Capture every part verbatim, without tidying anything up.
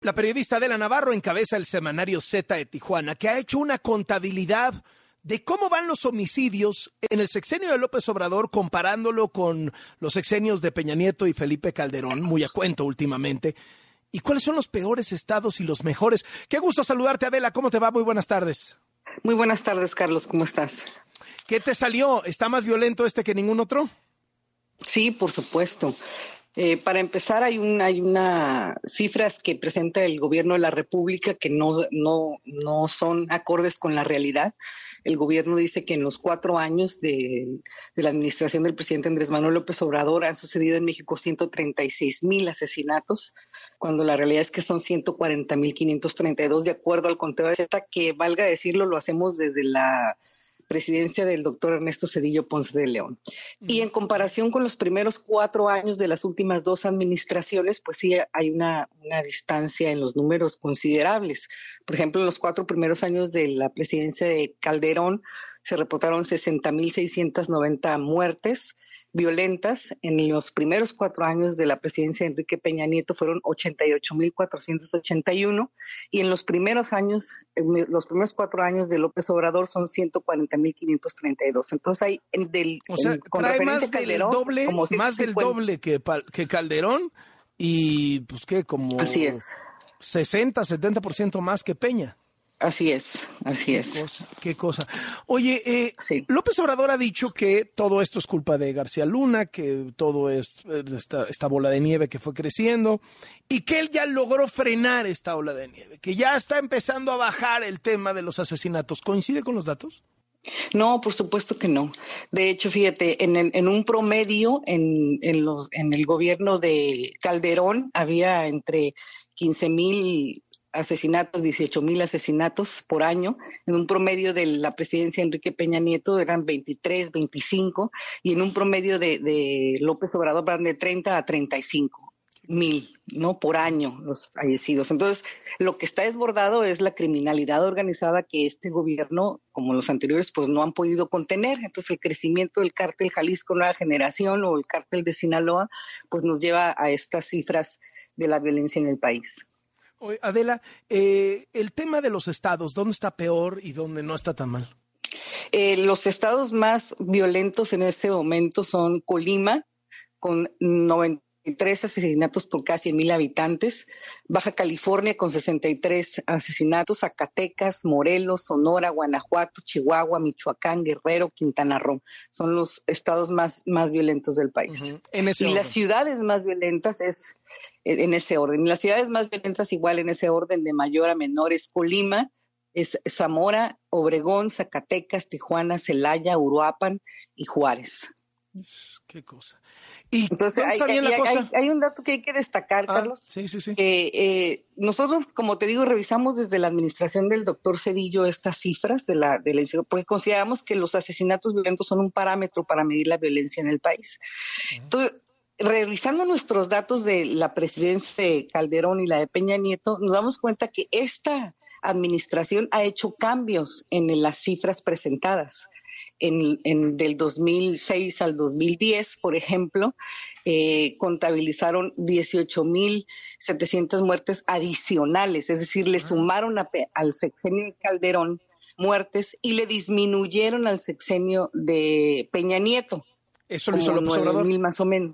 La periodista Adela Navarro encabeza el semanario Z de Tijuana, que ha hecho una contabilidad de cómo van los homicidios en el sexenio de López Obrador, comparándolo con los sexenios de Peña Nieto y Felipe Calderón, muy a cuento últimamente. ¿Y cuáles son los peores estados y los mejores? Qué gusto saludarte, Adela. ¿Cómo te va? Muy buenas tardes. Muy buenas tardes, Carlos. ¿Cómo estás? ¿Qué te salió? ¿Está más violento este que ningún otro? Sí, por supuesto. Eh, para empezar, hay una, hay una cifras que presenta el gobierno de la República que no, no, no son acordes con la realidad. El gobierno dice que en los cuatro años de, de la administración del presidente Andrés Manuel López Obrador han sucedido en México ciento treinta y seis mil asesinatos, cuando la realidad es que son ciento cuarenta mil quinientos treinta y dos, de acuerdo al conteo de Z, que valga decirlo, lo hacemos desde la presidencia del doctor Ernesto Zedillo Ponce de León. Y en comparación con los primeros cuatro años de las últimas dos administraciones, pues sí hay una, una distancia en los números considerables. Por ejemplo, en los cuatro primeros años de la presidencia de Calderón se reportaron sesenta mil seiscientas noventa muertes violentas. En los primeros cuatro años de la presidencia de Enrique Peña Nieto fueron ochenta y ocho mil cuatrocientos ochenta y uno, y en los primeros años, en los primeros cuatro años de López Obrador son ciento cuarenta mil quinientos treinta y dos. Entonces hay en del o sea, en, con trae más del Calderón, doble, como más del doble que, que Calderón, y pues qué, como así es. sesenta, setenta por ciento más que Peña. Así es, así qué es. Cosa, qué cosa. Oye, eh, sí. López Obrador ha dicho que todo esto es culpa de García Luna, que todo es esta, esta bola de nieve que fue creciendo y que él ya logró frenar esta ola de nieve, que ya está empezando a bajar el tema de los asesinatos. ¿Coincide con los datos? No, por supuesto que no. De hecho, fíjate, en, en un promedio en, en, los, en el gobierno de Calderón había entre quince mil asesinatos, dieciocho mil asesinatos por año. En un promedio de la presidencia de Enrique Peña Nieto eran veintitrés, veinticinco, y en un promedio de, de López Obrador eran de treinta a treinta y cinco mil, ¿no? Por año los fallecidos. Entonces, lo que está desbordado es la criminalidad organizada que este gobierno, como los anteriores, pues no han podido contener. Entonces, el crecimiento del cártel Jalisco Nueva Generación o el cártel de Sinaloa, pues nos lleva a estas cifras de la violencia en el país. Adela, eh, el tema de los estados, ¿dónde está peor y dónde no está tan mal? Eh, los estados más violentos en este momento son Colima, con noventa y tres asesinatos por cada cien mil habitantes, Baja California con sesenta y tres asesinatos, Zacatecas, Morelos, Sonora, Guanajuato, Chihuahua, Michoacán, Guerrero, Quintana Roo. Son los estados más, más violentos del país. Uh-huh. En ese y orden. Las ciudades más violentas es en ese orden. Las ciudades más violentas igual en ese orden de mayor a menor es Colima, es Zamora, Obregón, Zacatecas, Tijuana, Celaya, Uruapan y Juárez. Qué cosa. ¿Y entonces hay, está bien hay, la cosa? Hay, hay un dato que hay que destacar, ah, Carlos. Sí, sí, sí. Eh, eh, nosotros, como te digo, revisamos desde la administración del doctor Zedillo estas cifras de la, de la porque consideramos que los asesinatos violentos son un parámetro para medir la violencia en el país. Uh-huh. Entonces, revisando nuestros datos de la presidencia de Calderón y la de Peña Nieto, nos damos cuenta que esta administración ha hecho cambios en las cifras presentadas. En, en del dos mil seis al dos mil diez, por ejemplo, eh, contabilizaron dieciocho mil setecientas muertes adicionales, es decir, le sumaron a, al sexenio de Calderón muertes y le disminuyeron al sexenio de Peña Nieto. Eso lo hizo López Obrador. nueve mil más o menos.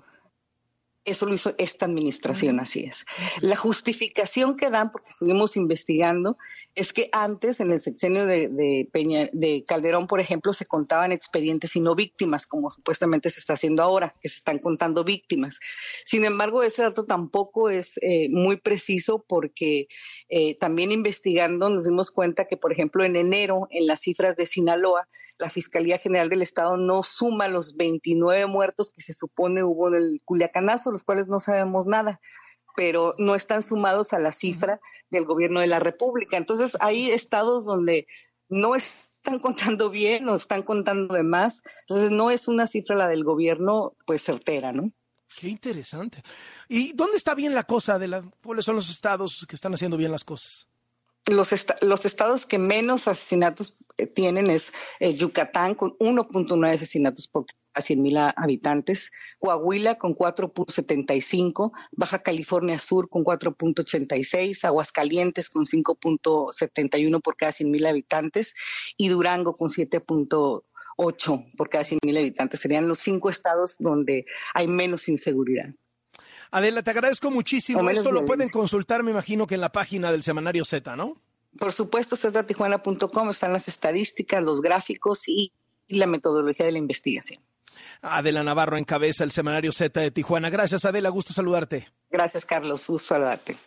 Eso lo hizo esta administración, así es. La justificación que dan, porque estuvimos investigando, es que antes, en el sexenio de, de, Peña, de Calderón, por ejemplo, se contaban expedientes y no víctimas, como supuestamente se está haciendo ahora, que se están contando víctimas. Sin embargo, ese dato tampoco es eh, muy preciso porque eh, también investigando nos dimos cuenta que, por ejemplo, en enero, en las cifras de Sinaloa, la Fiscalía General del Estado no suma los veintinueve muertos que se supone hubo en el Culiacanazo, los cuales no sabemos nada, pero no están sumados a la cifra del gobierno de la República. Entonces hay estados donde no están contando bien o están contando de más, entonces no es una cifra la del gobierno pues certera, ¿no? Qué interesante. ¿Y dónde está bien la cosa? De la, ¿Cuáles son los estados que están haciendo bien las cosas? Los, est- los estados que menos asesinatos eh, tienen es eh, Yucatán con uno punto nueve asesinatos por cien mil habitantes, Coahuila con cuatro punto setenta y cinco, Baja California Sur con cuatro punto ochenta y seis, Aguascalientes con cinco punto setenta y uno por cada cien mil habitantes y Durango con siete punto ocho por cada cien mil habitantes. Serían los cinco estados donde hay menos inseguridad. Adela, te agradezco muchísimo. Esto violencia. Lo pueden consultar, me imagino que en la página del Semanario Z, ¿no? Por supuesto, zeta tijuana punto com, están las estadísticas, los gráficos y la metodología de la investigación. Adela Navarro encabeza el Semanario Z de Tijuana. Gracias, Adela, gusto saludarte. Gracias, Carlos, gusto saludarte.